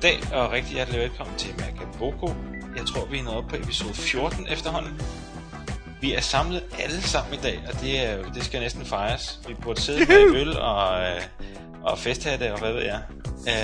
Goddag og rigtig hjertelig velkommen til Macaboko. Jeg tror, vi er nået op på episode 14 efterhånden. Vi er samlet alle sammen i dag, og det skal næsten fejres. Vi burde sidde med øl og festhatte og hvad ved jeg.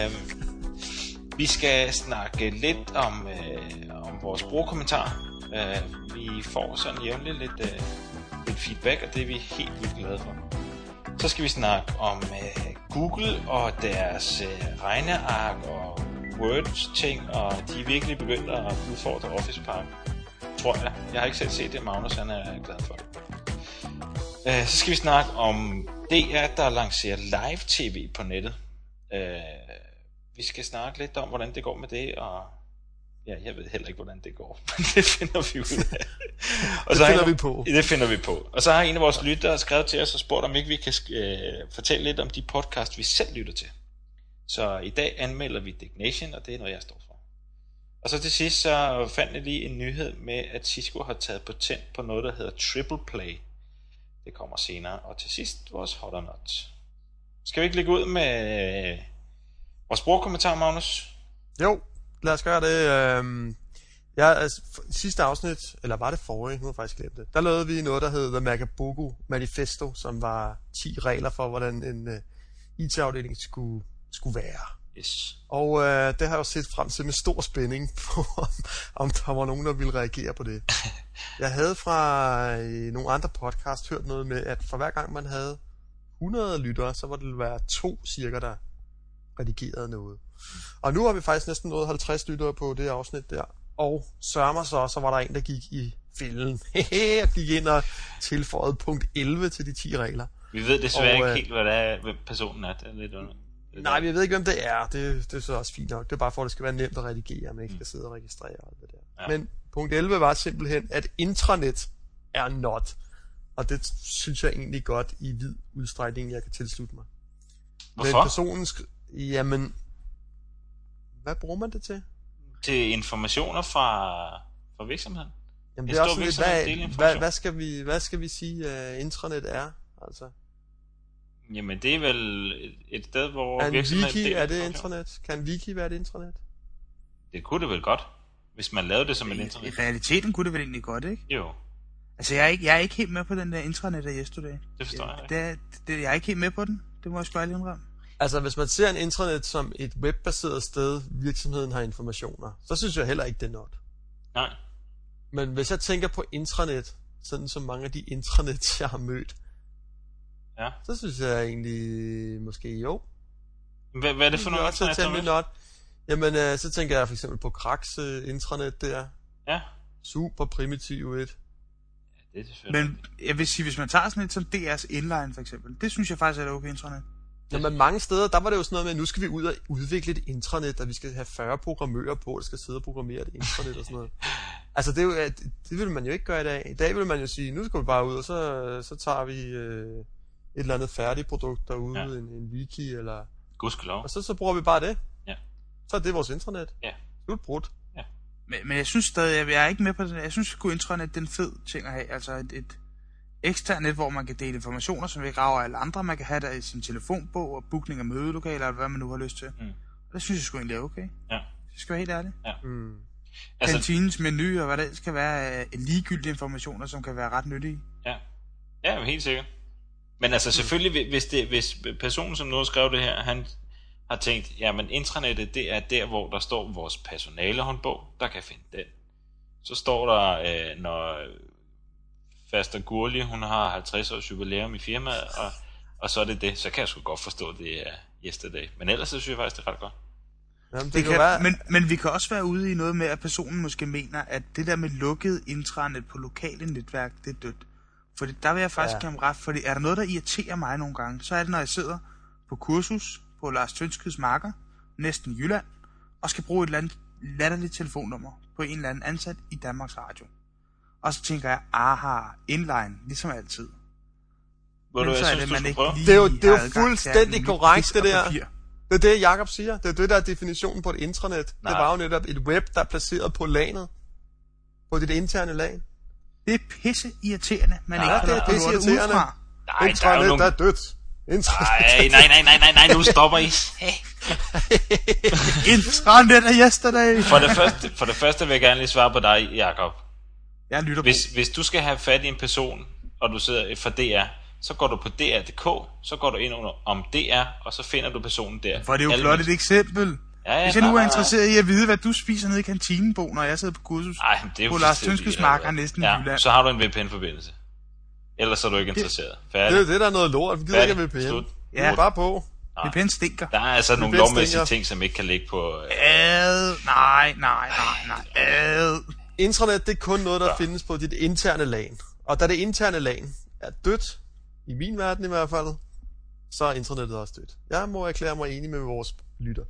Vi skal snakke lidt om vores brugerkommentarer. Vi får sådan jævnligt lidt feedback, og det er vi helt vildt glade for. Så skal vi snakke om Google og deres regneark og Word-ting, og de er virkelig begyndt at udfordre Office Park, tror jeg. Jeg har ikke selv set det, Magnus han er glad for det. Så skal vi snakke om DR, der lancerer live-tv på nettet. Vi skal snakke lidt om, hvordan det går med det, og ja, jeg ved heller ikke, hvordan det går, men det finder vi ud af. Det finder vi på. Og så har en af vores lyttere skrevet til os og spurgt, om ikke vi kan fortælle lidt om de podcast, vi selv lytter til. Så i dag anmelder vi Dignation, og det er noget, jeg står for. Og så til sidst, så fandt jeg lige en nyhed med, at Cisco har taget patent på noget, der hedder Triple Play. Det kommer senere. Og til sidst, vores hot or not. Skal vi ikke lægge ud med vores brugerkommentar, Magnus? Jo, lad os gøre det. Sidste afsnit, eller var det forrige, nu har jeg faktisk glemt det, der lavede vi noget, der hed The Macaboko Manifesto, som var 10 regler for, hvordan en IT-afdeling skulle være. Yes. Og det har jeg jo set frem til med stor spænding på, om der var nogen, der ville reagere på det. Jeg havde fra nogle andre podcast hørt noget med, at for hver gang man havde 100 lyttere, så var det være 2 cirka, der redigerede noget. Og nu har vi faktisk næsten nået 50 lyttere på det afsnit der. Og sørger så var der en, der gik i fælden. Og gik ind og tilføjede punkt 11 til de 10 regler. Vi ved desværre ikke helt, hvad personen er. Det er lidt under. Nej, vi ved ikke, hvem det er. Det er så også fint nok. Det er bare for, at det skal være nemt at redigere, man ikke skal sidde og registrere og det der. Ja. Men punkt 11 var simpelthen, at intranet er not. Og det synes jeg egentlig godt i vid udstrækning, jeg kan tilslutte mig. Hvorfor? Men personen jamen, hvad bruger man det til? Til informationer fra virksomheden. Jamen, det er også lidt, hvad skal vi sige, intranet er? Altså. Jamen, det er vel et sted, hvor virksomheden... Wiki, er det intranet? Kan Wiki være et intranet? Det kunne det vel godt, hvis man lavede det som et intranet. I realiteten kunne det vel egentlig godt, ikke? Jo. Altså, jeg er ikke helt med på den der intranet af yesterday. Det forstår jeg ikke. Jeg er ikke helt med på den. Det må jeg sgu aldrig indrømme. Altså, hvis man ser en intranet som et webbaseret sted, virksomheden har informationer, så synes jeg heller ikke, det er not. Nej. Men hvis jeg tænker på intranet, sådan som mange af de intranets, jeg har mødt, så synes jeg egentlig måske jo. Hvad er det for nogle intranet? Jamen, så tænker jeg for eksempel på Kraks intranet der. Ja. Super primitiv et. Ja, det er selvfølgelig. Men jeg vil sige, hvis man tager sådan et som DR's Inline for eksempel, det synes jeg faktisk er et okay intranet. Jamen mange steder, der var det jo sådan noget med, at nu skal vi ud og udvikle et intranet, og vi skal have 40 programmører på, der skal sidde og programmere et intranet og sådan noget. Altså det vil man jo ikke gøre i dag. I dag vil man jo sige, nu skal vi bare ud, og så tager vi et eller andet færdigt produkt derude, en wiki eller... Gudskelov. Og så bruger vi bare det. Ja. Så er det vores intranet. Ja. Slutbrudt. Ja. Men jeg synes stadig, jeg er ikke med på det. Jeg synes sgu intranet, det er en fed ting at have. Altså et eksternt net, hvor man kan dele informationer, som vi graver alle andre. Man kan have der i sin telefonbog og bookning af mødelokaler, eller hvad man nu har lyst til. Og det synes jeg sgu egentlig er okay. Ja. Det skal være helt ærligt. Ja. Kantinens menu og hvad det skal være ligegyldige informationer, som kan være ret nyttige. Ja. Ja, helt sikkert. Men altså selvfølgelig, hvis personen, som nu skrev det her, han har tænkt, jamen intranettet, det er der, hvor der står vores personalehåndbog, der kan finde den. Så står der, når Faster Gurli, hun har 50 års jubilæum i firmaet, og så er det, så kan jeg sgu godt forstå, det er yesterday. Men ellers så synes jeg faktisk, det er ret godt. Jamen, det kan være... men vi kan også være ude i noget med, at personen måske mener, at det der med lukket intranet på lokale netværk, det er dødt. For der vil jeg faktisk give ham ret, fordi er der noget, der irriterer mig nogle gange, så er det, når jeg sidder på kursus på Lars Tønskids marker, næsten Jylland, og skal bruge et eller andet latterligt telefonnummer på en eller anden ansat i Danmarks Radio. Og så tænker jeg, inline, ligesom altid. Men så er det, man ikke lige det er jo fuldstændig korrekt, det der. Det er det, Jakob siger. Det er det, der er definitionen på et intranet. Nej. Det var jo netop et web, der er placeret på LANet. På dit interne LAN. Det er pisse irriterende. Det er pisse irriterende. Nej, intranet, der er dødt. Nej, nu stopper I. Intranet af yesterday. For det første vil jeg gerne lige svare på dig, Jakob. Jeg lytter Hvis du skal have fat i en person, og du sidder for DR, så går du på DR.dk, så går du ind om DR, og så finder du personen der. For det er jo blot et eksempel. Ja, hvis jeg nu er interesseret i at vide, hvad du spiser nede i kantinen, Bo, når jeg sidder på kursus på Lars Tønskes Marker næsten i Jylland. Så har du en VPN-forbindelse. Ellers er du ikke interesseret. Færdig. Det er der er noget lort. Vi gider ikke VPN. Slut. Ja. Bare på. VPN stinker. Der er altså nogle lovmæssige ting, som ikke kan ligge på... Nej. Intranet, det er kun noget, der findes på dit interne LAN. Og da det interne LAN er dødt, i min verden i hvert fald, så er internettet også dødt. Jeg må erklære mig enig med vores lytter.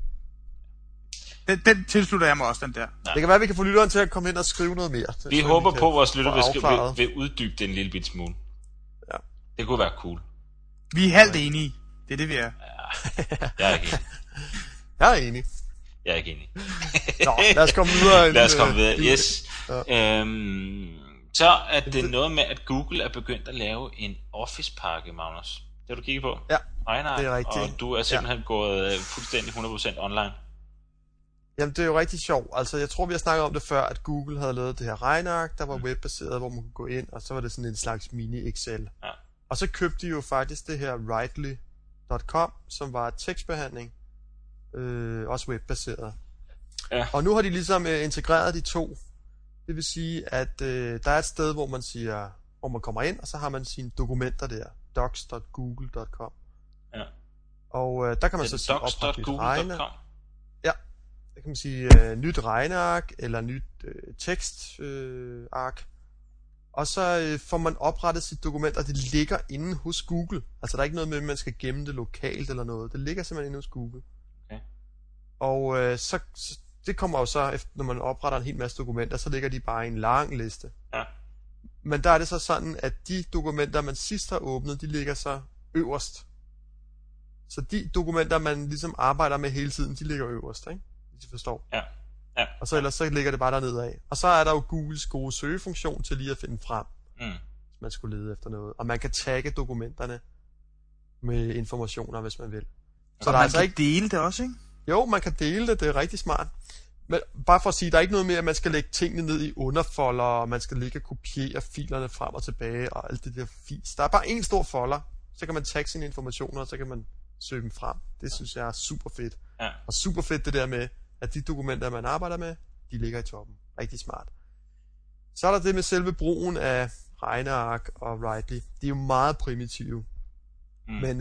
Den tilslutter jeg mig også, den der. Ja. Det kan være, at vi kan få lytteren til at komme ind og skrive noget mere. Vi håber på, at vores lytter vil uddybe det en lille bit smule. Ja. Det kunne være cool. Vi er halvt enige. Det er det, vi er. Ja, jeg er ikke enig. Jeg er enig. Jeg er ikke enig. Nå, lad os komme videre. Lad os komme videre, yes. Ja. Så er det noget med, at Google er begyndt at lave en Office-pakke, Magnus. Det har du kigget på? Ja, Regner, det er rigtigt. Og du er simpelthen gået fuldstændig 100% online. Jamen, det er jo rigtig sjovt. Altså, jeg tror, vi har snakket om det før, at Google havde lavet det her regneark, der var webbaseret, hvor man kunne gå ind, og så var det sådan en slags mini-Excel. Ja. Og så købte de jo faktisk det her Writely.com, som var tekstbehandling, også webbaseret. Ja. Og nu har de ligesom integreret de to. Det vil sige, at der er et sted, hvor man siger, hvor man kommer ind, og så har man sine dokumenter der, docs.google.com. Ja. Og der kan man så sige docs.google.com. Ja, der kan man sige nyt regneark eller nyt tekstark. Og så får man oprettet sit dokument, og det ligger inde hos Google. Altså der er ikke noget med, at man skal gemme det lokalt eller noget. Det ligger simpelthen inde hos Google. Okay. Og så det kommer jo så, efter, når man opretter en hel masse dokumenter, så ligger de bare i en lang liste. Ja. Men der er det så sådan, at de dokumenter, man sidst har åbnet, de ligger så øverst. Så de dokumenter, man ligesom arbejder med hele tiden, de ligger øverst, ikke? Hvis I forstår. Ja. Ja. Og så ellers så ligger det bare dernede af. Og så er der jo Googles gode søgefunktion til lige at finde frem, hvis man skulle lede efter noget. Og man kan tagge dokumenterne med informationer, hvis man vil. Så der man altså kan ikke dele det også, ikke? Jo, man kan dele det, det er rigtig smart. Men bare for at sige, der er ikke noget mere, at man skal lægge tingene ned i underfolder, og man skal ligge og kopiere filerne frem og tilbage, og alt det der fis. Der er bare en stor folder, så kan man tagge sine informationer, og så kan man søge dem frem. Det synes jeg er super fedt. Ja. Og super fedt det der med, at de dokumenter, man arbejder med, de ligger i toppen. Rigtig smart. Så er der det med selve brugen af regneark og Writely. De er jo meget primitive. Men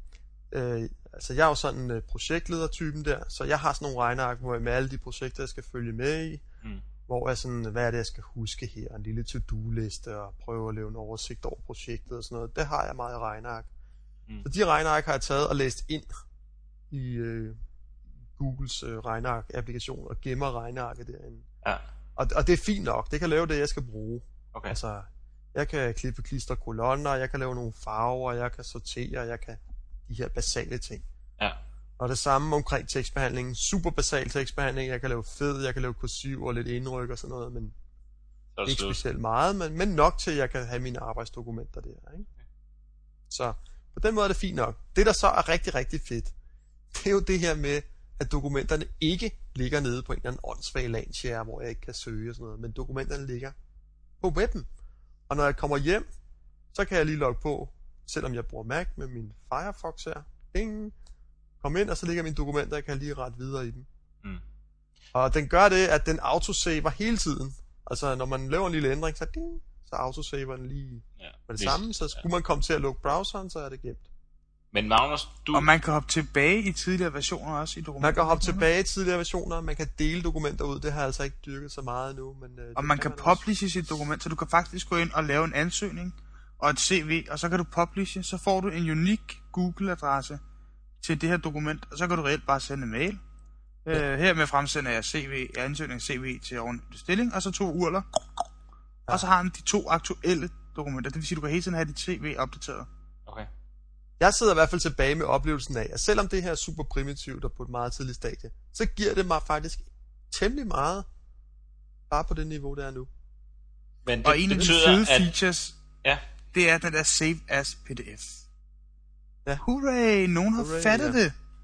altså jeg er jo sådan en projektledertypen der, så jeg har sådan nogle regneark med alle de projekter, jeg skal følge med i. Hvor jeg sådan, hvad er det, jeg skal huske her? En lille to-do-liste og prøve at lave en oversigt over projektet og sådan noget. Det har jeg meget i regneark. Så de regneark har jeg taget og læst ind i Googles regneark-applikation og gemmer regnearket derinde. Ja. Og det er fint nok. Det kan lave det, jeg skal bruge. Okay. Altså, jeg kan klippe klister kolonner, jeg kan lave nogle farver, jeg kan sortere, jeg kan de her basale ting. Ja. Og det samme omkring tekstbehandling. Super basal tekstbehandling. Jeg kan lave fed, jeg kan lave kursiv og lidt indryk og sådan noget, men ikke specielt meget, men nok til, at jeg kan have mine arbejdsdokumenter der. Ikke? Så på den måde er det fint nok. Det, der så er rigtig, rigtig fedt, det er jo det her med, at dokumenterne ikke ligger nede på en eller anden åndssvag LAN-share, hvor jeg ikke kan søge og sådan noget, men dokumenterne ligger på webben. Og når jeg kommer hjem, så kan jeg lige logge på, selvom jeg bruger Mac med min Firefox her. Ding. Kom ind, og så ligger mine dokumenter, jeg kan lige rette videre i dem. Og den gør det, at den autosaver hele tiden. Altså, når man laver en lille ændring, så ding, så autosaver den lige med det samme. Så skulle man komme til at lukke browseren, så er det gemt. Men Magnus, Og man kan hoppe tilbage i tidligere versioner også i dokumenter. Man kan hoppe tilbage i tidligere versioner, man kan dele dokumenter ud, det har jeg altså ikke dyrket så meget endnu. Men, og man kan publishe sit dokument, så du kan faktisk gå ind og lave en ansøgning og et CV, og så kan du publishe, så får du en unik Google-adresse til det her dokument, og så kan du reelt bare sende en mail. Hermed fremsender jeg ansøgning CV til ovennævnte stilling, og så 2 urler. Og så har han de 2 aktuelle dokumenter. Det vil sige, at du kan hele tiden have dit CV opdateret. Okay. Jeg sidder i hvert fald tilbage med oplevelsen af, at selvom det her er super primitivt og på et meget tidligt stadie, så giver det mig faktisk temmelig meget, bare på det niveau, der er nu. Men det, og en af de fede features, det er den der Save as PDF. Ja. Hurray, nogen har fattet det.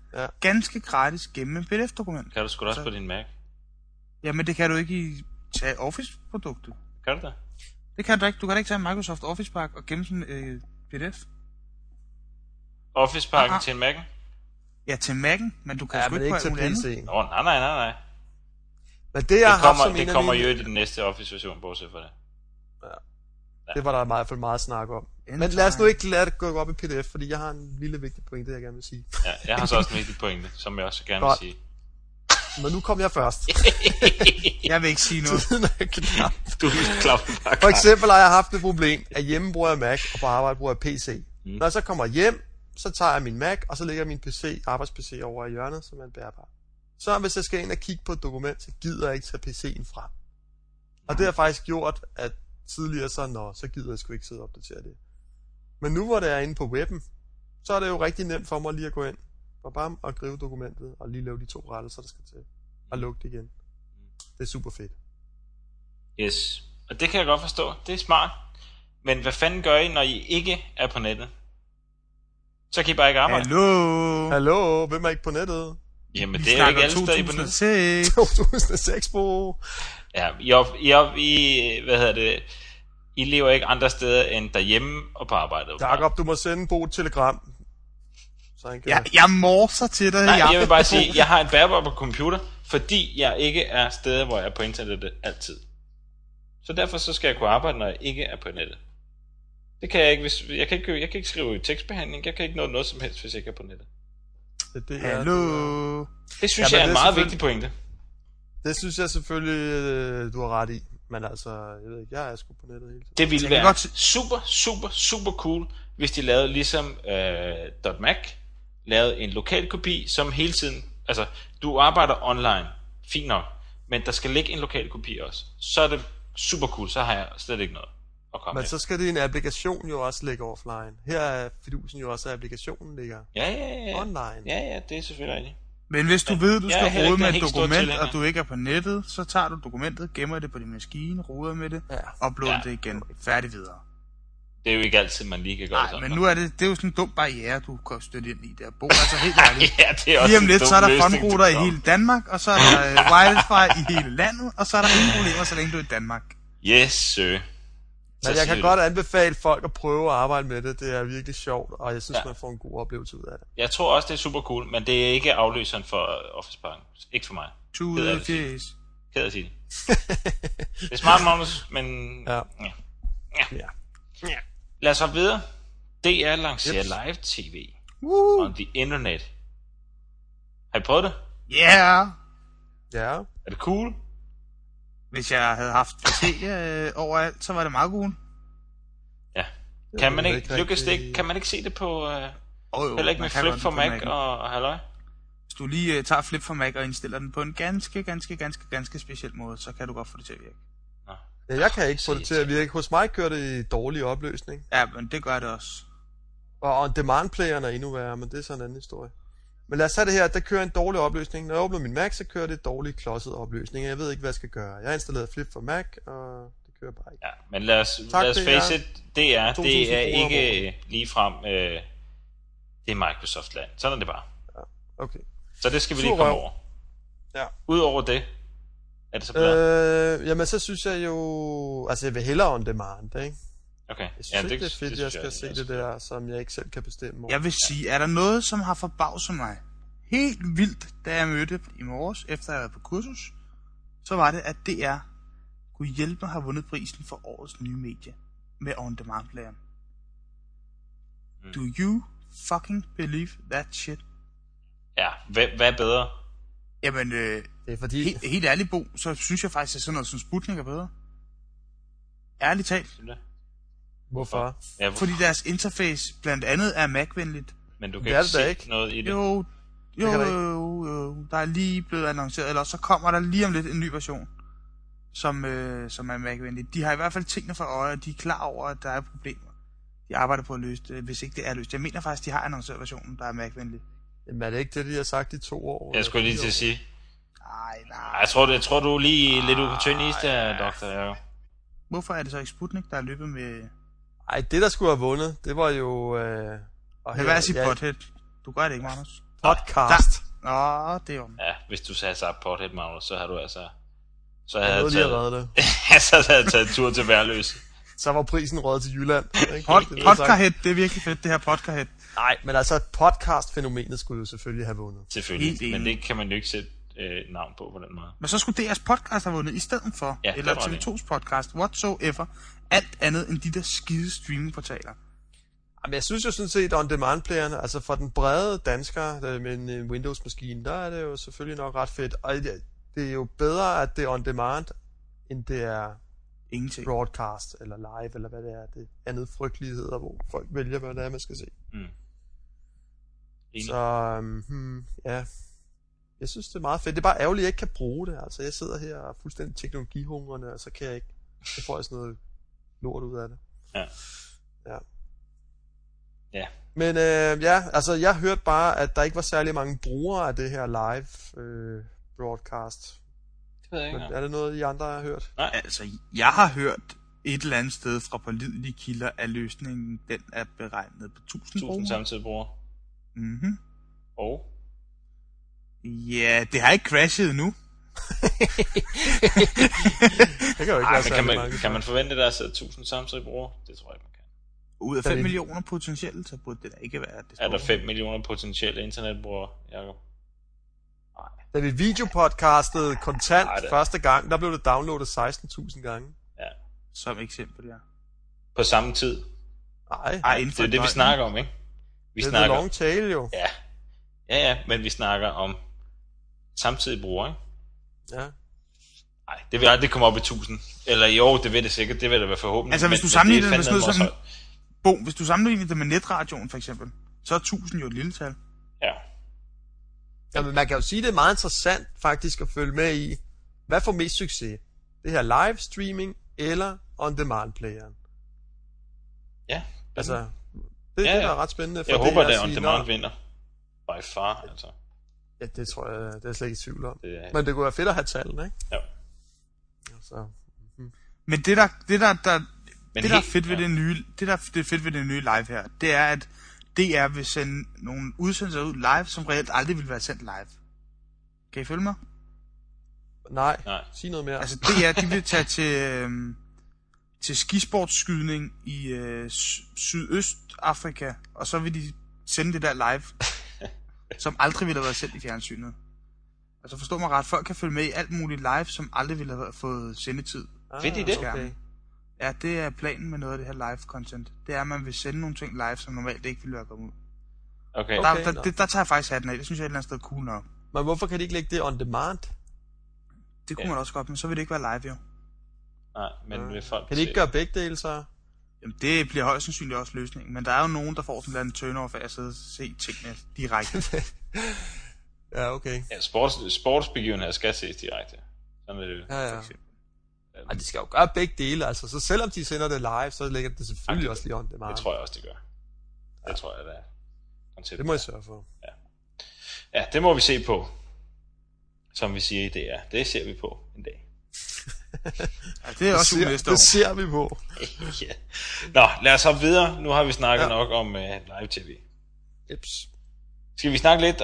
ganske gratis gemme et PDF-dokument. Kan du sgu da også på din Mac? Jamen, det kan du ikke i Office-produktet. Kan du det? Det kan du ikke. Du kan da ikke tage Microsoft Office Pack og gemme sådan en PDF. Office-pakken til en Mac'en? Ja, til Mac'en, men du kan sgu men ikke ikke på til alt PC'en. Nej. Men det, jeg har haft som det en kommer af jo mine... i den næste Office-version, bortset for det. Det var der i hvert fald meget snak om. Men lad os nu ikke lade det gå op i PDF, fordi jeg har en lille vigtig pointe, jeg gerne vil sige. Ja, jeg har så også en vigtig pointe, som jeg også gerne vil sige. Men nu kom jeg først. Jeg vil ikke sige noget. Du er klar. For eksempel har jeg haft et problem, at hjemme bruger jeg Mac, og på arbejde bruger jeg PC. Når jeg så kommer hjem, så tager jeg min Mac, og så lægger min arbejds-PC over i hjørnet, som man bærer bare. Så hvis jeg skal ind og kigge på et dokument, så gider jeg ikke tage PC'en frem. Og det har faktisk gjort, at tidligere så gider jeg sgu ikke sidde og opdatere det. Men nu hvor det er inde på webben, så er det jo rigtig nemt for mig lige at gå ind og skrive dokumentet, og lige lave de 2 rettelser, der skal til, og lukke det igen. Det er super fedt. Yes, og det kan jeg godt forstå. Det er smart. Men hvad fanden gør I, når I ikke er på nettet? Så kan I bare ikke arbejde. Hallo, hvem er ikke på nettet? Jamen, det er jo ikke alle steder, I på nettet. 2006, bro. Ja, I lever ikke andre steder end derhjemme og på arbejdet. Jakob, du må sende Bo et telegram. Jeg morser til dig. Nej, jeg vil bare sige, jeg har en bærbar på computer, fordi jeg ikke er steder, hvor jeg er på internettet altid. Så derfor så skal jeg kunne arbejde, når jeg ikke er på nettet. Det kan jeg ikke, jeg kan ikke skrive tekstbehandling, jeg kan ikke nå noget som helst, hvis jeg ikke er på nettet. Hallo. Det synes jeg er en meget vigtig pointe. Det synes jeg selvfølgelig, du har ret i. Men altså, jeg ved ikke, jeg er sgu på nettet hele tiden. Det ville være super cool, hvis de lavede ligesom .Mac, lavede en lokal kopi, som hele tiden, altså du arbejder online, fint nok, men der skal ligge en lokal kopi også. Så er det super cool, så har jeg slet ikke noget at komme Men med. så skal din applikation jo også ligge offline. Her er fidusen jo også, at applikationen ligger online. Ja, det er selvfølgelig rigtigt. Men hvis du ved, du skal rode med et dokument, og du ikke er på nettet, så tager du dokumentet, gemmer det på din maskine, roder med det, uploader det igen, færdig videre. Det er jo ikke altid, man lige kan gøre sådan. Men nu er det er jo sådan en dum barriere, du kan støtte ind i der. Bo, altså helt ærligt. Ja, det er også lige om lidt, så er der fondruter i hele Danmark, og så er der wifi i hele landet, og så er der ingen problemer, så længe du er i Danmark. Yes, sir. Men jeg kan godt anbefale folk at prøve at arbejde med det. Det er virkelig sjovt, og jeg synes, man får en god oplevelse ud af det. Jeg tror også, det er super cool, men det er ikke afløseren for Office Pack. Ikke for mig. Ked at sige det. Det er smart, Magnus, men... Ja. Lad os hoppe videre. DR lancerer live tv on the internet. Har I prøvet det? Ja. Er det cool? Hvis jeg havde haft PC overalt, så var det meget cool. Ja. Kan man ikke se det på... heller ikke med Flip for Mac og halløj? Hvis du lige tager Flip for Mac og indstiller den på en ganske speciel måde, så kan du godt få det til at virke. Ja, jeg kan ikke få det til at virke. Hos mig kører det i dårlig opløsning. Ja, men det gør det også. Og on-demand-playeren er endnu værre, men det er sådan en anden historie. Men lad os tage det her, der kører en dårlig opløsning. Når jeg åbner min Mac, så kører det dårlig klodset opløsning. Jeg ved ikke, hvad jeg skal gøre. Jeg har installeret Flip for Mac, og det kører bare ikke. Ja, men lad os face it, det er ikke ligefrem, det er Microsoft-land. Sådan er det bare. Ja, okay. Så det skal vi lige komme over. Ja. Udover det, er det så bedre? Jamen, så synes jeg jo... Altså, jeg vil hellere on demand, ikke? Okay. Jeg synes ikke, det er fedt, jeg skal se det der, som jeg ikke selv kan bestemme over. Jeg vil sige, er der noget, som har forbavset mig helt vildt, da jeg mødte i morges, efter jeg havde været på kursus, så var det, at DR kunne hjælpe mig har vundet prisen for årets nye medie med on-demand-playeren. Do you fucking believe that shit? Ja, hvad er bedre? Jamen, det er fordi... helt ærligt, Bo, så synes jeg faktisk, at sådan noget som Sputnik er bedre. Ærligt talt. Hvorfor? Ja, fordi deres interface blandt andet er Mac-venligt. Men du kan ikke se noget i det. Jo, der er lige blevet annonceret, eller så kommer der lige om lidt en ny version, som er Mac-venligt. De har i hvert fald tingene for øje, og de er klar over, at der er problemer. De arbejder på at løse det, hvis ikke det er løst. Jeg mener faktisk, de har annonceret versionen, der er Mac-venlig. Jamen er det ikke det, de har sagt i 2 år? Jeg skulle lige til at sige. Nej. Jeg tror du er lige lidt ude på tynd is der, doktor. Ja. Hvorfor er det så ikke Sputnik, der er løbet med... Ej, det der skulle have vundet, det var jo... Hvad er sit pothead? Du gør det ikke, Magnus. Podcast. Det er jo... Ja, hvis du havde sagt Pothead Magnus, så har du altså... Så Jeg havde nåede lige at redde det. så havde jeg taget en tur til Værløse. Så var prisen røget til Jylland. Ikke? Podcahead, det er virkelig fedt, det her Podcahead. Nej, men altså podcast-fænomenet skulle jo selvfølgelig have vundet. Selvfølgelig, men det kan man jo ikke sætte navn på den måde. Men så skulle DR's podcast have vundet i stedet for, Ja, eller det var TV2's podcast, whatsoever, alt andet end de der skide streamingportaler. Jamen, jeg synes jo sådan set, on-demand-playerne, altså for den brede dansker med en Windows-maskine, der er det jo selvfølgelig nok ret fedt. Og det er jo bedre, at det er on-demand, end det er Ingenting. broadcast eller live, eller hvad det er. Det andet frygteligheder, hvor folk vælger, hvad det er, man skal se. Så, ja. Jeg synes, det er meget fedt. Det er bare ærgerligt, at jeg ikke kan bruge det. Altså, jeg sidder her og er fuldstændig teknologihungrende, og så kan jeg ikke... Så får jeg sådan noget lort ud af det. Ja. Men ja, altså, jeg hørte bare, at der ikke var særlig mange brugere af det her live broadcast. Det ved jeg ikke. Er det noget, I andre har hørt? Nej. Altså, jeg har hørt et eller andet sted fra pålidelige kilder, at løsningen, den er beregnet på 1000 brugere. 1000 samtidig brugere. Mhm. Og? Ja, det har ikke crashet endnu. Det kan jo ikke være særlig mange. Kan man forvente, at der er 1000 samtidig brugere? Det tror jeg ikke, man kan. Ud af 5 millioner potentielle, så burde det da ikke være det. Er der 5 millioner potentielle internetbrugere, Jacob? Nej. Da vi videopodcastede kontant første gang, der blev det downloadet 16.000 gange. Ja. Som eksempel, ja. På samme tid? Nej. Det er det, vi snakker om, ikke? Det er long tail, jo. Ja, men vi snakker om samtidig brugere, ikke? Ja. Nej, det vil aldrig komme op i 1000. Eller i år, det vil det sikkert. Det vil det være forhåbentlig. Altså, hvis du sammenligner det med sådan noget som... hvis du sammenligner det med netradioen, for eksempel, så er 1000 jo et lille tal. Ja. Jamen, man kan jo sige, det er meget interessant faktisk at følge med i, hvad får mest succes? Det her live streaming eller on-demand-playeren? Ja. Altså, det er ret spændende. For jeg håber, det er on-demand vinder. By far, altså. Ja, det tror jeg, det er slet ikke i tvivl om. Det men det kunne være fedt at have tallene, ikke? Ja. Så. Men det der er fedt ved det nye, det er fedt ved det nye live her, det er, at DR vil sende nogle udsendelser ud live, som reelt aldrig ville være sendt live. Kan I følge mig? Nej. Sig noget mere. Altså DR, de vil tage til skisportsskydning i Sydøstafrika, og så vil de sende det der live, som aldrig ville have været sendt i fjernsynet. Altså forstå mig ret, folk kan følge med i alt muligt live, som aldrig ville have fået sendetid. Ved I det? Okay. Ja, det er planen med noget af det her live-content. Det er, at man vil sende nogle ting live, som normalt ikke ville være kommet ud. Okay. Der tager jeg faktisk hatten af. Det synes jeg er et eller andet sted cool nok. Men hvorfor kan de ikke lægge det on demand? Det kunne man også godt, men så vil det ikke være live, jo. Nej, men vil folk kan de ikke gøre begge dele, så? Jamen, det bliver højst sandsynligt også løsningen. Men der er jo nogen, der får sådan en turnover for at sidde og se tingene direkte. Ja, okay. Ja, sportsbegivenheder skal ses direkte. Sådan er det jo. Ja. Og de skal jo gøre begge dele, altså. Så selvom de sender det live, så lægger det selvfølgelig også lige on demand. Det tror jeg også, de gør. Det tror jeg, det er konceptet. Det må jeg sørge for. Ja, det må vi se på. Som vi siger i DR. Det ser vi på en dag. Ja, det er også næste år. Det ser vi på. Ja. Nå, lad os hoppe videre. Nu har vi snakket nok om live-tv. Eps. Skal vi snakke lidt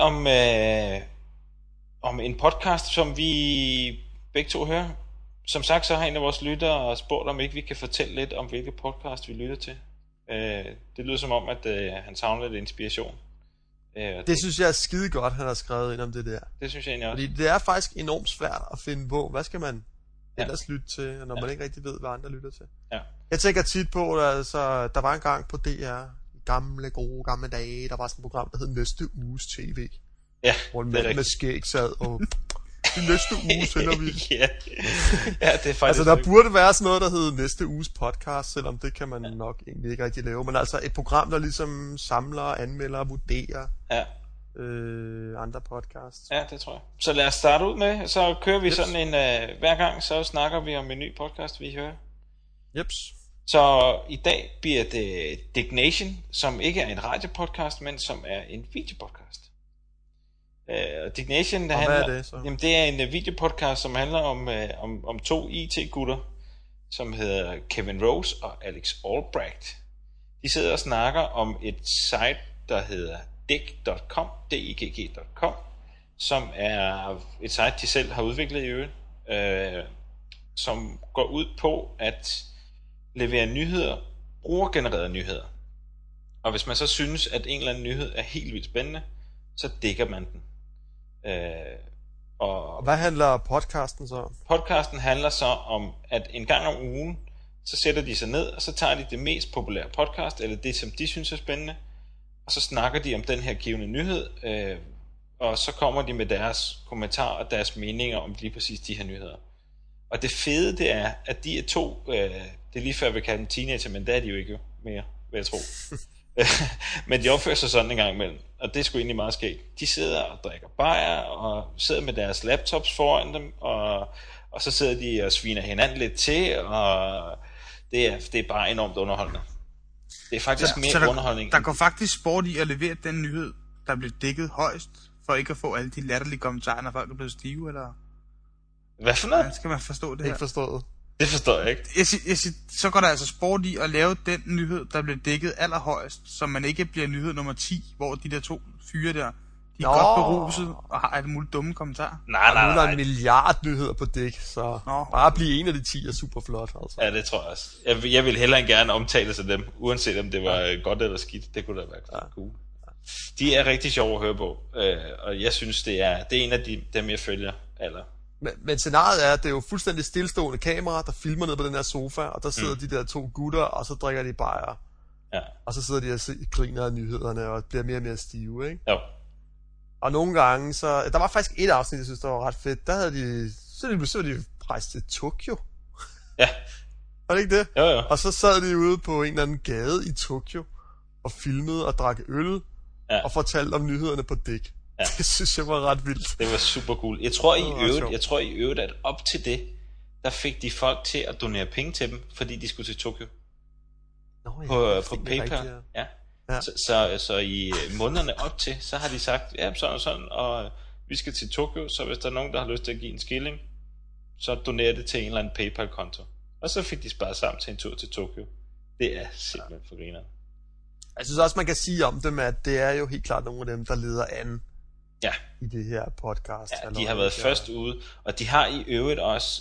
om en podcast, som vi begge to hører? Som sagt, så har en af vores lyttere spurgt, om ikke vi kan fortælle lidt om, hvilke podcast vi lytter til. Det lyder som om, at han savner lidt inspiration. Det synes jeg er skide godt, han har skrevet ind om det der. Det synes jeg egentlig også. Fordi det er faktisk enormt svært at finde på, hvad skal man ellers lytte til, når man ikke rigtig ved, hvad andre lytter til. Ja. Jeg tænker tit på, altså, der var en gang på DR, gamle dage, der var sådan et program, der hed Næste Uges TV. Ja, hvor en mand med skæg sad og... I næste uge sender vi. Ja, det er faktisk... Altså, der burde være sådan noget, der hedder Næste Uges Podcast, selvom det kan man nok egentlig ikke rigtig lave. Men altså et program, der ligesom samler, anmelder og vurderer andre podcasts. Ja, det tror jeg. Så lad os starte ud med, så kører vi sådan en... hver gang, så snakker vi om en ny podcast, vi hører. Jeps. Så i dag bliver det Dignation, som ikke er en radiopodcast, men som er en videopodcast. Dignation, hvad er det så? Jamen, det er en videopodcast, som handler om to IT-gutter, som hedder Kevin Rose og Alex Albrecht. De sidder og snakker om et site, der hedder dig.com, digg.com, som er et site, de selv har udviklet i øvrigt, som går ud på at levere nyheder, brugergenererede nyheder. Og hvis man så synes, at en eller anden nyhed er helt vildt spændende, så dækker man den. Og hvad handler podcasten så om? Podcasten handler så om, at en gang om ugen, så sætter de sig ned, og så tager de det mest populære podcast, eller det, som de synes er spændende, og så snakker de om den her givende nyhed, og så kommer de med deres kommentarer og deres meninger om lige præcis de her nyheder. Og det fede, det er, at de er to, det er lige før vi kalder dem teenager, men det er de jo ikke mere, vil jeg tro. Men de opfører sig sådan en gang imellem, og det er sgu egentlig meget skægt. De sidder og drikker bajer, og sidder med deres laptops foran dem, og så sidder de og sviner hinanden lidt til, og det er bare enormt underholdende. Det er faktisk mere underholdning. Der går faktisk sport i at levere den nyhed, der bliver dækket højst, for ikke at få alle de latterlige kommentarer, når folk er blevet stive, eller... Hvad for noget? Hvordan skal man forstå det her? Ikke forstået. Det forstår jeg ikke. Så går der altså sport i at lave den nyhed, der bliver dækket allerhøjst, så man ikke bliver nyhed nummer 10, hvor de der to fyre der, de er godt beruset og har alle mulige dumme kommentarer. Nej. Nu er der en milliard nyheder på dæk, så bare blive en af de 10 er super flot. Altså. Ja, det tror jeg også. Jeg vil hellere gerne omtale sig dem, uanset om det var godt eller skidt. Det kunne da være cool. De er rigtig sjove at høre på, og jeg synes, det er en af dem, jeg følger aller. Men scenariet er, at det er jo fuldstændig stillestående kamera, der filmer ned på den her sofa, og der sidder de der to gutter, og så drikker de bajer. Ja. Og så sidder de og griner af nyhederne, og bliver mere og mere stive, ikke? Jo. Og nogle gange, så... Der var faktisk et afsnit, jeg synes, der var ret fedt. Der havde de... Så var de rejst til Tokyo. Ja. Var det ikke det? Jo. Og så sad de ude på en eller anden gade i Tokyo, og filmede og drak øl, og fortalte om nyhederne på dæk. Ja. Det synes jeg var ret vildt. Det var super cool. Jeg tror i øvrigt, at op til det, der fik de folk til at donere penge til dem, fordi de skulle til Tokyo. På PayPal. Ja. Så i månederne op til, så har de sagt, ja, sådan og sådan, og vi skal til Tokyo, så hvis der er nogen, der har lyst til at give en skilling, så donerer det til en eller anden PayPal-konto. Og så fik de sparet sammen til en tur til Tokyo. Det er simpelthen for griner. Jeg synes også, man kan sige om dem, at det er jo helt klart nogle af dem, der leder an i det her podcast. Ja, de har været først ude, og de har i øvrigt også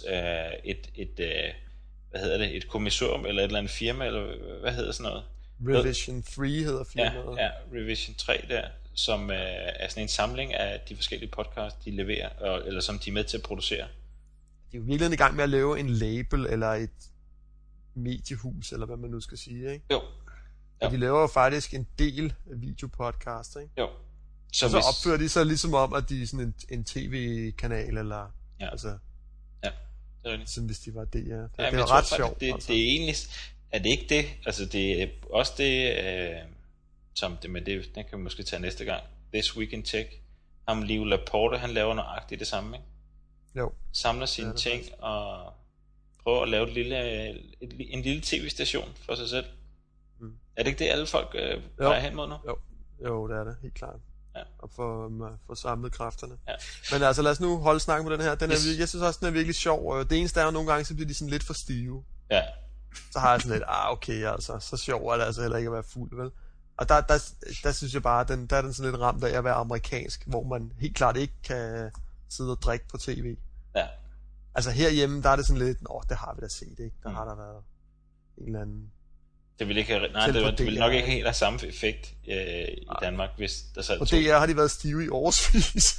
et kommissorium, eller et eller andet firma, eller hvad hedder sådan noget? Revision 3 hedder firmaet. Ja, Revision 3 der, som er sådan en samling af de forskellige podcasts, de leverer, eller som de er med til at producere. De er jo virkelig i gang med at lave en label, eller et mediehus, eller hvad man nu skal sige, ikke? Jo. Og de laver jo faktisk en del videopodcast, ikke? Jo. Så opfører de sig ligesom om, at de er sådan en tv-kanal, eller... Ja. Altså, ja, det er rigtigt. Som hvis de var det, ja. Det er ret sjovt. Det er egentlig... Er det ikke det? Altså, det er også det... som det, men det kan vi måske tage næste gang. This Week in Tech. Ham Leo Laporte, han laver nøjagtigt det samme, ikke? Jo. Samler sine ting faktisk. Og prøver at lave en lille tv-station for sig selv. Er det ikke det, alle folk peger hen mod nu? Jo, det er det, helt klart. Ja. Og få samlet kræfterne. Ja. Men altså, lad os nu holde snakken på den her. Jeg synes også, den er virkelig sjov. Det eneste er jo nogle gange, så bliver de sådan lidt for stive. Ja. Så har jeg sådan lidt, okay, altså, så sjov er det altså heller ikke at være fuld, vel? Og der synes jeg bare, der er den sådan lidt ramt af at være amerikansk, hvor man helt klart ikke kan sidde og drikke på tv. Ja. Altså herhjemme, der er det sådan lidt, det har vi da set, ikke? Der har der været en eller anden... Det ville nok ikke helt have samme effekt i Danmark, hvis der sad på DR har de været stive i årsvis.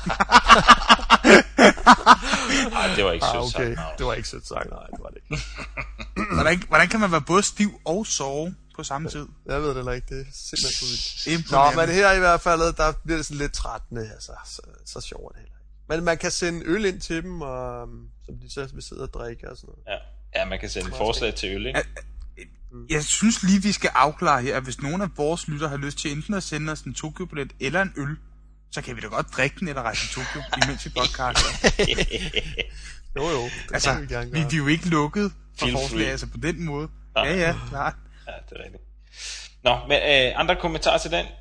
Nej, det var ikke sødt sagt. Okay. Det var ikke sødt sagt, nej, det var det ikke. Hvordan kan man være både stiv og sove på samme tid? Jeg ved det heller ikke, det er simpelthen for vildt. Nå, men her i hvert fald, der bliver det sådan lidt trættende, altså, så sjovt er det heller ikke. Men man kan sende øl ind til dem, og, som de så vil sidde og drikke og sådan noget. Ja, man kan sende forslag til øl, ikke? Jeg synes lige, vi skal afklare her, at hvis nogen af vores lytter har lyst til enten at sende os en Tokyo-billet eller en øl, så kan vi da godt drikke den eller rejse til Tokyo, imens vi podcaster. Jo, det kan vi gerne gøre. Vi er jo ikke lukket for forslag, altså på den måde. Ja, klart. Ja, det er rigtigt. Nå, men andre kommentarer til den?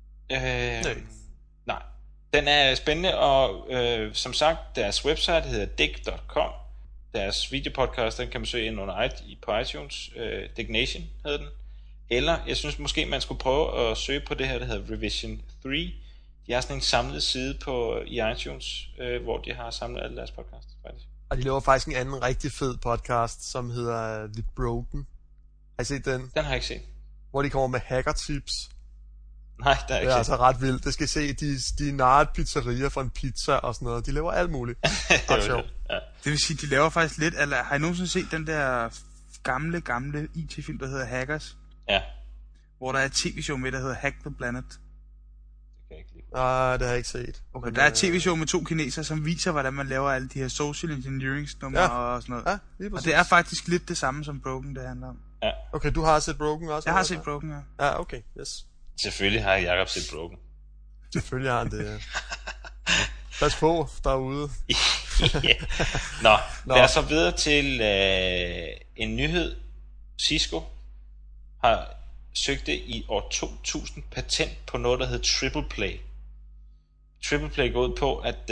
Nej. Den er spændende, og som sagt, deres website hedder dig.com. Deres videopodcast, den kan man søge ind under på iTunes. Dignation hedder den. Eller jeg synes måske, man skulle prøve at søge på det her, der hedder Revision 3. De har sådan en samlet side i iTunes, hvor de har samlet alle deres podcasts, faktisk. Og de laver faktisk en anden rigtig fed podcast, som hedder The Broken. Har I set den? Den har jeg ikke set. Hvor de kommer med hacker-tips. Nej, det er ikke Det er altså ret vildt. Det skal se, de narret pizzerier for en pizza og sådan noget. De laver alt muligt. Det er sjovt. Ja. Det vil sige, de laver faktisk lidt, eller har I nogensinde set den der gamle IT-film, der hedder Hackers? Ja. Hvor der er et tv-show med, der hedder Hack the Planet. Det kan jeg ikke lide. Nej, det har jeg ikke set. Okay, der er et tv-show med 2 kinesere, som viser, hvordan man laver alle de her social engineering-numre og sådan noget. Ja, lige præcis. Og det er faktisk lidt det samme som Broken, det handler om. Ja. Okay, du har set Broken også? Jeg har set Broken, ja. Ja, okay, yes. Selvfølgelig har Jacob set Broken. Selvfølgelig har han det, ja. Pas på derude. Yeah. Nå, lad os så videre til en nyhed. Cisco har søgte i år 2000 patent på noget, der hedder Triple Play. Triple Play går ud på, at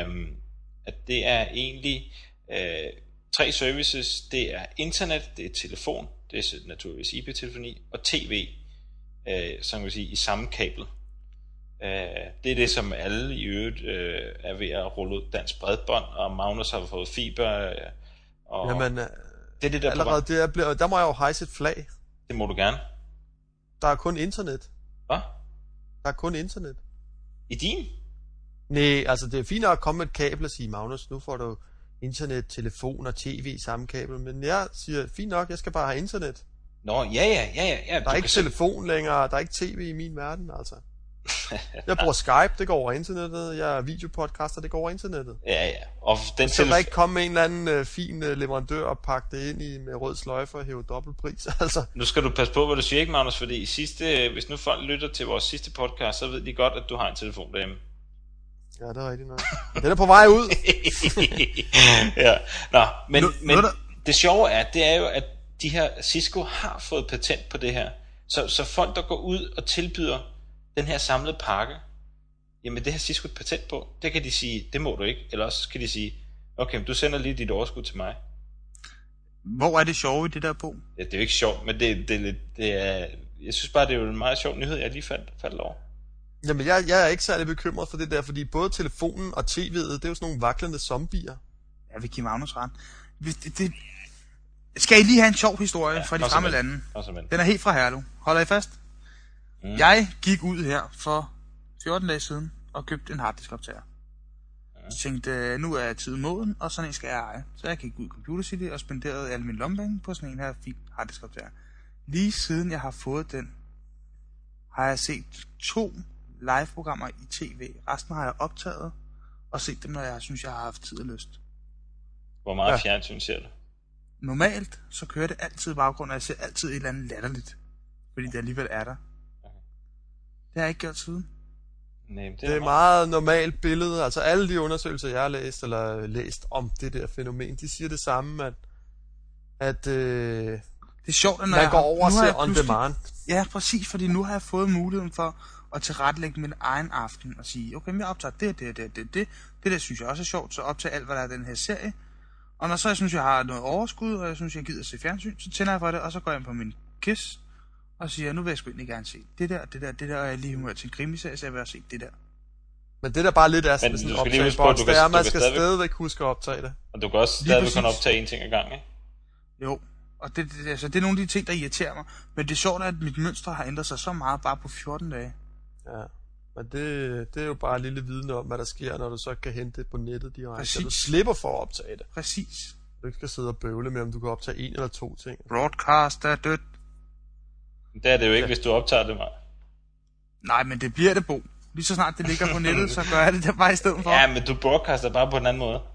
det er egentlig 3 services. Det er internet, det er telefon, det er naturligvis IP-telefoni, og tv, som kan sige, i samme kabel. Det er det, som alle i øvrigt er ved at rulle ud. Dansk Bredbånd, og Magnus har fået fiber. Og Jamen, det er det, der allerede der må jeg jo hejse et flag. Det må du gerne. Der er kun internet. Hvad? Der er kun internet. I din? Nej, altså det er fint at komme med et kabel og sige, Magnus, nu får du internet, telefon og tv i samme kabel. Men jeg siger, fint nok, jeg skal bare have internet. Nå, ja. Der er ikke telefon længere, der er ikke tv i min verden, altså. Jeg bruger Skype, det går over internettet. Jeg er videopodcaster, det går over internettet. Ja. Og den så der ikke komme med en eller anden fin leverandør og pakke det ind i med rød sløjfe og hæve dobbelt pris, altså. Nu skal du passe på, hvad du siger, ikke, Magnus, fordi hvis nu folk lytter til vores sidste podcast, så ved de godt, at du har en telefon derhjemme. Ja, det er rigtigt nok. Den er på vej ud. Ja. Nå, men det sjove det er jo, at de her Cisco har fået patent på det her. Så folk, der går ud og tilbyder den her samlede pakke, jamen det har Cisco et patent på. Det kan de sige, det må du ikke. Eller også kan de sige, okay, men du sender lige dit overskud til mig. Hvor er det sjovt i det der på? Ja, det er jo ikke sjovt, men det er, jeg synes bare, det er jo en meget sjov nyhed, jeg lige faldt over. Jamen, jeg er ikke særlig bekymret for det der, fordi både telefonen og tv'et, det er jo sådan nogle vaklende zombier. Ja, vi giver Magnus ret. Skal I lige have en sjov historie fra de fremme lande? Den er helt fra Herlev. Holder I fast? Mm. Jeg gik ud her for 14 dage siden og købte en harddiskoptager. Så tænkte, nu er tiden moden, og sådan en skal jeg eje. Så jeg gik ud i Computer City og spenderede alle mine lommepenge på sådan en her fin harddiskoptager. Lige siden jeg har fået den, har jeg set 2 live-programmer i tv. Resten har jeg optaget og set dem, når jeg synes, jeg har haft tid og lyst. Hvor meget fjernsyn ser du? Normalt, så kører det altid i baggrunden, og jeg ser altid et eller andet latterligt. Fordi det alligevel er der. Det har jeg ikke gjort siden. Nej, det er et meget normalt billede. Altså alle de undersøgelser, jeg har læst om det der fænomen, de siger det samme, at det er sjovt, at når jeg går over og ser on demand. Ja, præcis, fordi nu har jeg fået muligheden for at tilrettelægge min egen aften og sige, okay, jeg optager det der synes jeg også er sjovt, så optager alt, hvad der er den her serie. Og når så jeg synes, jeg har noget overskud, og jeg synes, jeg gider se fjernsyn, så tænder jeg for det, og så går jeg ind på min KISS, og siger, nu vil jeg sgu egentlig gerne se det der, og jeg lige humør til en krimiserie, så jeg vil også se det der. Men det der bare lidt er sådan en optageboks, det er, at man skal stadigvæk huske at optage det. Og du kan også stadigvæk kun optage en ting ad gangen, ikke? Jo, og det er nogle af de ting, der irriterer mig. Men det er sjovt, at mit mønster har ændret sig så meget bare på 14 dage. Ja, men det er jo bare en lille viden om, hvad der sker, når du så kan hente det på nettet direkte. Så du slipper for at optage det. Præcis. Du ikke skal sidde og bøvle med, om du kan optage 1 eller 2 ting. Broadcast er dødt. Det er det jo ikke, hvis du optager det, meget. Nej, men det bliver det, Bo. Lige så snart det ligger på nettet, så gør jeg det der bare i stedet for. Ja, men du broadcaster bare på en anden måde.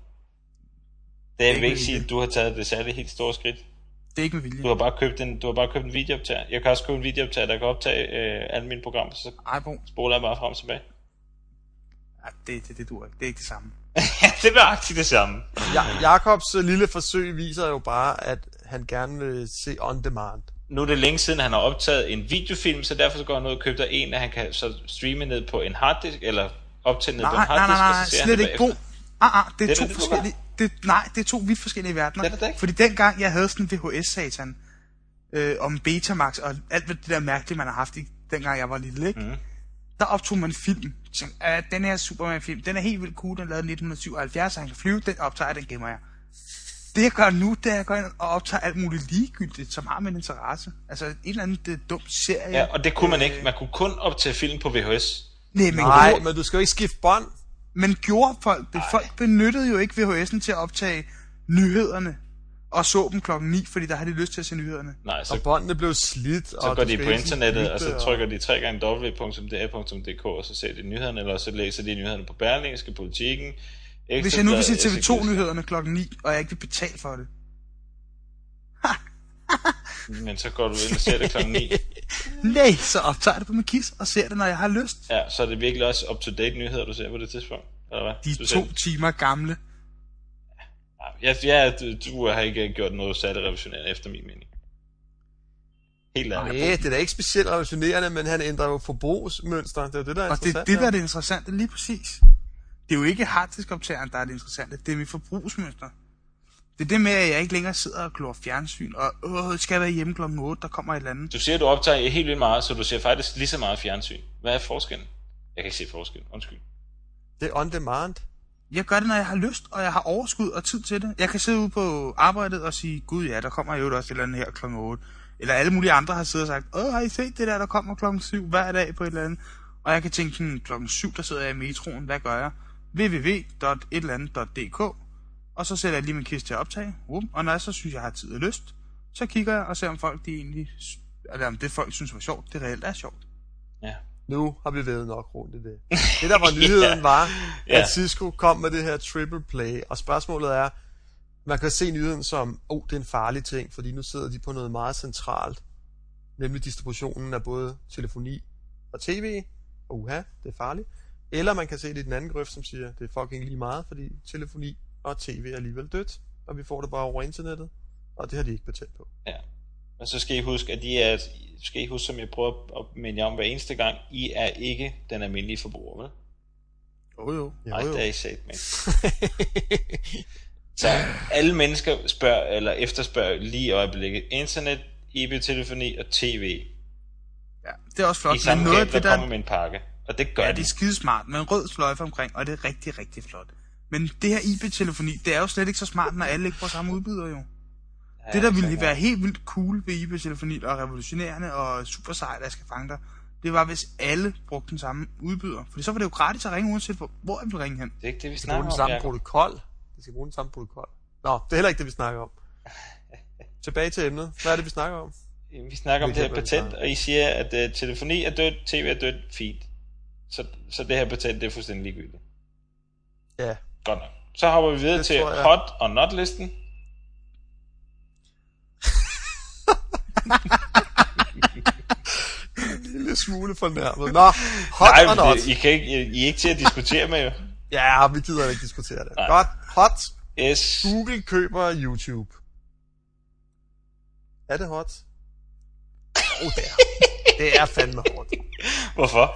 Det vil ikke sige, at du har taget det særligt helt store skridt. Det er ikke med vilje. Du har bare købt en videooptager. Jeg kan også købe en videooptager, der kan optage alle mine programmer, så spoler jeg bare frem og tilbage. Ja, det duer ikke. Det er ikke det samme. Ja, det er nøjagtigt det samme. Jakobs lille forsøg viser jo bare, at han gerne vil se on demand. Nu er det længe siden, han har optaget en videofilm, så derfor så går han ud og køber en, at han kan så streame ned på en harddisk, eller optage ned på en harddisk, og så ser han det bagefter. Det er to forskellige... Det er to vidt forskellige verdener. Det er det ikke. Fordi dengang jeg havde sådan en VHS-satan, om Betamax og alt det der mærkelige, man har haft dengang jeg var lille, ikke? Der optog man film. Den her Superman-film, den er helt vildt cool, den er lavet i 1977, så han kan flyve, den optager, den gemmer jeg. Det jeg gør nu, det er at jeg går ind og optager alt muligt ligegyldigt, som har min interesse. Altså en eller anden dum serie. Ja, og det kunne man ikke. Man kunne kun optage film på VHS. Nej, men du skal jo ikke skifte bånd. Men gjorde folk det? Folk benyttede jo ikke VHS'en til at optage nyhederne og så dem 9:00, fordi der havde de lyst til at se nyhederne. Nej, og båndene blev slidt. Så går de på internettet, og så trykker de 3x.dr.dk, og så ser de nyhederne, eller så læser de nyhederne på Berlingske, Politiken. Hvis jeg nu vil se TV2-nyhederne 9:00, og jeg ikke vil betale for det. Men så går du ind og ser det 9:00. Nej, så optager jeg det på min kis og ser det, når jeg har lyst. Ja, så er det virkelig også up-to-date nyheder, du ser på det tidspunkt, eller hvad? De er 2 timer gamle. Ja, du har ikke gjort noget særligt revolutionerende efter min mening. Helt ærligt. Nej, det er da ikke specielt revolutionerende, men han ændrer jo forbrugsmønster. Det er jo det, der er interessant. Og det er det, der er det interessante, lige præcis. Det er jo ikke harddiskoptageren, der er det interessante. Det er mit forbrugsmønster. Det er det med, at jeg ikke længere sidder og glor fjernsyn, og skal være hjemme 8:00, der kommer et eller andet. Du siger, at du optager helt vildt meget, så du ser faktisk lige så meget fjernsyn. Hvad er forskellen? Jeg kan ikke se forskel. Undskyld. Det er on demand. Jeg gør det, når jeg har lyst, og jeg har overskud og tid til det. Jeg kan sidde ude på arbejdet og sige, gud ja, der kommer jo også et eller andet her 8:00. Eller alle mulige andre har siddet og sagt, har I set det der kommer 7:00 hver dag på et eller andet? Og jeg kan tænke sådan, 7:00, der sidder jeg i metroen, hvad gør jeg? www.etlandet.dk. Og så sætter jeg lige min kiste til at optage. Og når jeg så synes, jeg har tid og lyst, så kigger jeg og ser, om folk de egentlig, eller om det folk synes var sjovt, det reelt er sjovt. Ja. Nu har vi været nok rundt i det. Det der var nyheden var, at Cisco kom med det her triple play, og spørgsmålet er, man kan se nyheden som, det er en farlig ting, fordi nu sidder de på noget meget centralt, nemlig distributionen af både telefoni og tv. Det er farligt. Eller man kan se det i den anden grøft, som siger, det er fucking lige meget, fordi telefoni og tv er alligevel dødt, og vi får det bare over internettet, og det har de ikke betalt på. Ja. Og så skal I huske, at som jeg prøver at minde jer om hver eneste gang, I er ikke den almindelige forbruger, vel? Jo. Nej, det er I sat med. Så alle mennesker efterspørger lige i øjeblikket internet, IP-telefoni og tv. Ja, det er også flot. I samme noget der kommer med en pakke, og det gør det er skidesmart, med en rød sløjfe omkring, og det er rigtig, rigtig flot. Men det her IP-telefoni, det er jo slet ikke så smart, når alle ikke får samme udbyder jo. Ja, det der ville være helt vildt cool ved IP-telefoni og revolutionerende og super sejt, jeg skal fange dig, det var hvis alle brugte den samme udbyder. Fordi så var det jo gratis at ringe uanset hvor jeg vil ringe hen. Det er ikke det, vi snakker om. Det skal bruge den samme protokol. Nå, det er heller ikke det, vi snakker om. Tilbage til emnet. Hvad er det, vi snakker om? Vi snakker om det her patent, og I siger, at telefoni er dødt, tv er dødt, fint. Så det her patent, det er fuldstændig ligegyldigt. Ja. Godt nok. Så hopper vi videre til hot og not listen. En lille smule fornærmet. Nå, hot og not. I er ikke til at diskutere med jo. Ja, vi gider ikke diskutere det. Nej. Godt, hot. Yes. Google køber YouTube. Er det hot? Det er fandme hot. Hvorfor?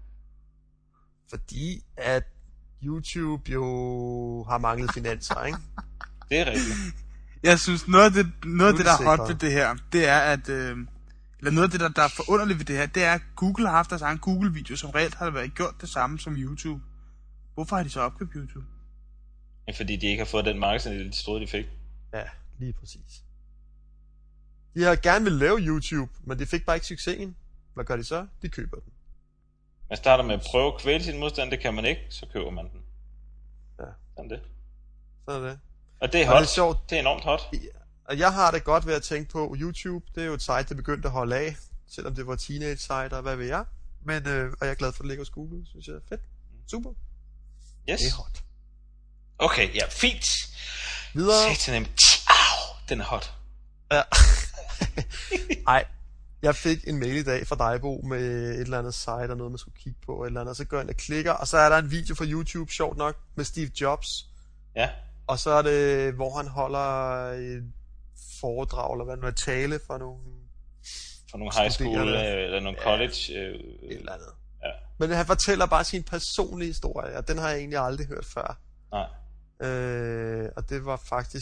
Fordi at YouTube jo har manglet finanser, ikke? Det er rigtigt. Jeg synes, noget af det der er hot ved det her, det er, at... eller noget af det, der er forunderligt ved det her, det er, at Google har haft deres egen Google-video, som reelt har været gjort det samme som YouTube. Hvorfor har de så opkøbt YouTube? Ja, fordi de ikke har fået den markedsandel, de troede, de fik. Ja, lige præcis. De har gerne vil lave YouTube, men de fik bare ikke succesen. Hvad gør de så? De køber den. Man starter med at prøve at kvæle sin modstand, det kan man ikke, så køber man den. Ja. Sådan det. Sådan er det. Og det er hot. Og det er sjovt. Det er enormt hot. Og jeg har det godt ved at tænke på, YouTube, det er jo et site, der begyndte at holde af, selvom det var teenage-site og hvad ved jeg. Men, og jeg er glad for, at det ligger hos Google, synes jeg er fedt. Super. Yes. Det er hot. Okay, ja, fint. Videre. Den er hot. Ja. Ej, jeg fik en mail i dag fra dig, Bo, med et eller andet site og noget, man skulle kigge på, et eller andet, og så går jeg ind og klikker, og så er der en video fra YouTube, sjovt nok, med Steve Jobs. Ja. Og så er det, hvor han holder et foredrag, eller hvad nu er, tale for nogle high school, eller nogle college. Et eller andet. Ja. Men han fortæller bare sin personlige historie, og den har jeg egentlig aldrig hørt før. Nej. Og det var faktisk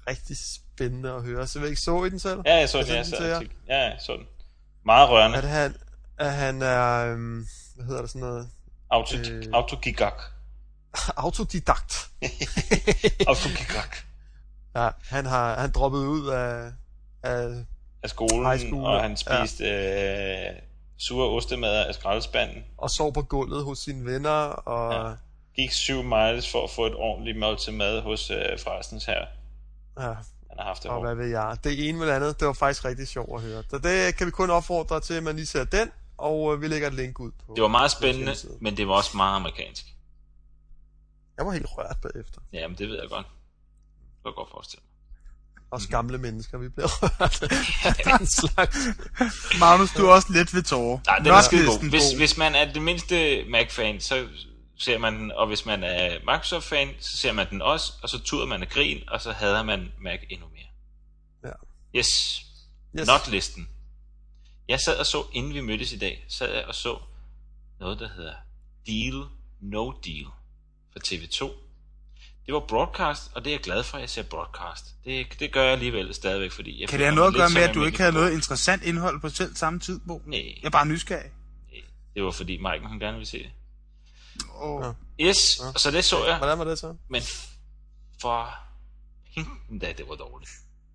rigtig spændende at høre. Så vil I ikke så I den selv? Ja, jeg så den, jeg så den. Meget rørende. At han er, hvad hedder det sådan noget? Autogigak. Autodidakt. Autogigak. Ja, han droppet ud af skolen, og han spiste sure ostemader af skraldespanden. Og sov på gulvet hos sine venner, og... Gik 7 miles for at få et ordentligt måltid mad hos Frelsens Herre. Ja. Han har haft det og hårdt. hvad ved jeg. Det ene med andet, det var faktisk rigtig sjovt at høre. Så det kan vi kun opfordre til, at man lige ser den, og vi lægger et link ud på. Det var meget spændende, men det var også meget amerikansk. Jeg var helt rørt bagefter. Jamen, det ved jeg godt. Det var godt forestille mig. Også gamle mennesker, vi bliver rørt af den slags. Magnus, du er også lidt ved tårer. Nej, den er skide god. Hvis man er det mindste Mac-fan, så ser man den, og hvis man er Microsoft-fan, så ser man den også, og så tuder man af grin, og så hader man Mac endnu mere. Ja. Yes. Not-listen. Jeg sad og så, inden vi mødtes i dag, sad jeg og så noget, der hedder Deal No Deal for TV2. Det var broadcast, og det er jeg glad for, at jeg ser broadcast. Det gør jeg alligevel stadigvæk, fordi... Kan det have noget at gøre med, at du ikke havde noget interessant indhold på selv samme tid, Bo? Nej. Jeg er bare nysgerrig. Nej, det var fordi Mike, han gerne ville se det. Ja. Så det så jeg. Hvordan var det så? Men for hinten da, det var dårligt.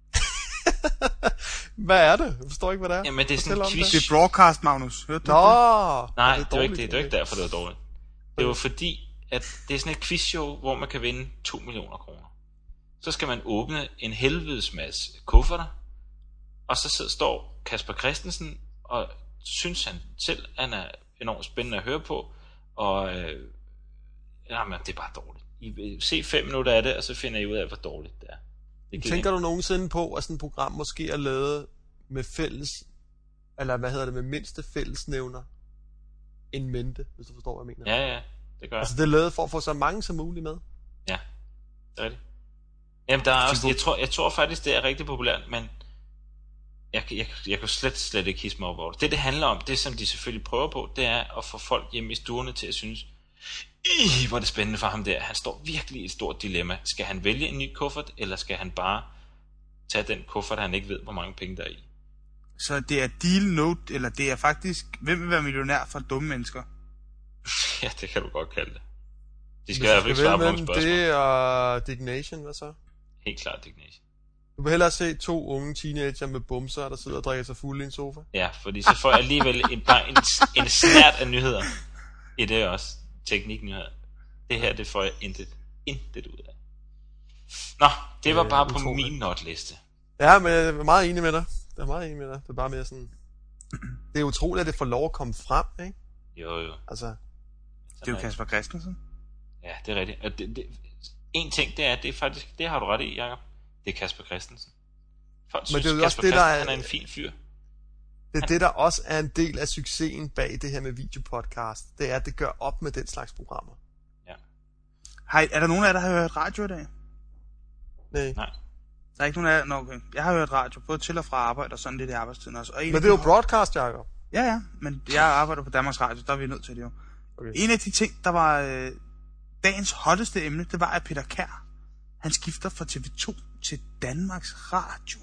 Hvad er det? Jeg forstår ikke, hvad det er. Jamen, det er sådan en quiz. Det er broadcast, Magnus. Hørte du det? Nej, det var ikke derfor, det var dårligt. Det var fordi, at det er sådan et quizshow, hvor man kan vinde 2 millioner kroner. Så skal man åbne en helvedes masse kufferter, og så står Kasper Christensen, og synes han selv, han er enormt spændende at høre på, og jamen, det er bare dårligt. I vil se 5 minutter af det, og så finder I ud af, hvor dårligt det er. Tænker du nogensinde på, at sådan et program måske er lavet med fælles, eller hvad hedder det, med mindste fællesnævner en mente, hvis du forstår, hvad jeg mener? Ja, det gør jeg. Altså det er lavet for at få så mange som muligt med? Ja, det er rigtigt. Jamen, der er også, jeg tror faktisk, det er rigtig populært, men jeg kan slet ikke hisse mig op over det. Det handler om, det som de selvfølgelig prøver på, det er at få folk hjemme i stuerne til at synes, hvor er det spændende for ham der. Han står virkelig i et stort dilemma. Skal han vælge en ny kuffert, eller skal han bare tage den kuffert, han ikke ved, hvor mange penge der er i? Så det er deal note, eller det er faktisk, hvem vil være millionær for dumme mennesker? Ja, det kan du godt kalde det. De skal i hvert fald ikke svare på nogle spørgsmål. Det er Dignation, hvad så? Helt klart Dignation. Du vil hellere se 2 unge teenager med bumser, der sidder og drikker sig fuld i en sofa? Ja, fordi så får jeg alligevel en snært af nyheder i det også. Tekniknyheder. Det her, det får jeg intet ud af. Nå, det var bare på min notliste. Ja, men jeg er meget enig med dig. Det er bare mere sådan... Det er utroligt, at det får lov at komme frem, ikke? Jo. Altså... Det er jo Kasper Christensen. Ja, det er rigtigt. Og en ting, det er faktisk... Det har du ret i, Jacob. Det er Kasper Christensen. Folk synes, Kasper Christensen han er en fin fyr. Det er det, der også er en del af succesen bag det her med videopodcast. Det er, at det gør op med den slags programmer. Ja. Hej, er der nogen af jer, der har hørt radio i dag? Nej. Der er ikke nogen af jer? Nå, okay. Jeg har hørt radio, både til og fra arbejde og sådan lidt i arbejdstiden også. Og men det er jo broadcast, Jacob. Ja, men jeg arbejder på Danmarks Radio, der er vi nødt til det jo. Okay. En af de ting, der var dagens hotteste emne, det var, at Peter Kjær, han skifter fra TV2 til Danmarks Radio.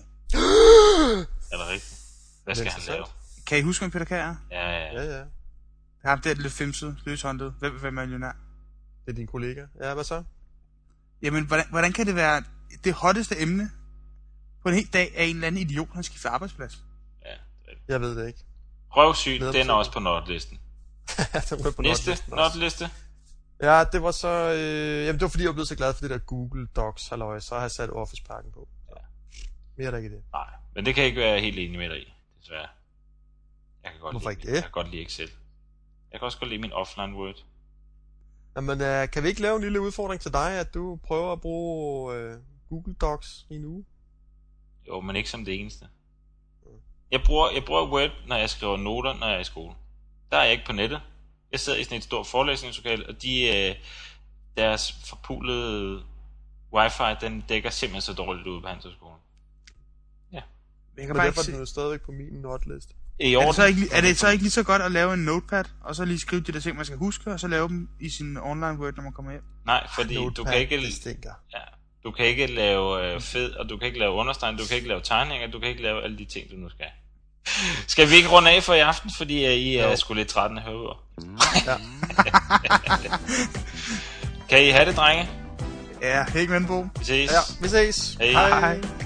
Er det rigtigt? Hvad skal han lave? Kan I huske, om Peter Kjær er? Ja. Ham der lidt femsede, løshåndet. Hvem vil være millionær? Det er din kollega. Ja, hvad så? Jamen, hvordan kan det være det hotteste emne på en hel dag af en eller anden idiot, han skifter arbejdsplads? Ja, det er rigtigt. Jeg ved det ikke. Røvsyg, den er også på notlisten. På næste notliste. Ja, det var så... jamen, det var fordi, jeg var blevet så glad for det der Google Docs, halløj. Så har jeg sat Office-pakken på. Ja. Mere er der ikke det. Nej, men det kan jeg ikke være helt enig med dig i, desværre. Hvorfor ikke det? Jeg kan godt lide Excel. Jeg kan også godt lide min offline Word. Jamen, kan vi ikke lave en lille udfordring til dig, at du prøver at bruge Google Docs i en uge? Jo, men ikke som det eneste. Jeg bruger Word, når jeg skriver noter, når jeg er i skole. Der er jeg ikke på nettet. Jeg sidder i sådan et stort forelæsningslokale, og deres forpulede wifi, den dækker simpelthen så dårligt ud på Handelshøjskolen. Ja. Men derfor er den jo stadigvæk på min notliste. Er det så ikke lige så godt at lave en notepad, og så lige skrive de der ting, man skal huske, og så lave dem i sin online Word, når man kommer hjem? Nej, fordi notepad, du kan ikke... Det stinker. Ja, Du kan ikke lave fed, og du kan ikke lave understregning, du kan ikke lave tegninger, du kan ikke lave alle de ting, du nu skal. Skal vi ikke runde af for i aften, fordi I er sgu lidt trætte af højere? Ja. Kan I have det, drenge? Ja, ikke vende på. Vi ses. Ja, vi ses. Hej. Hej.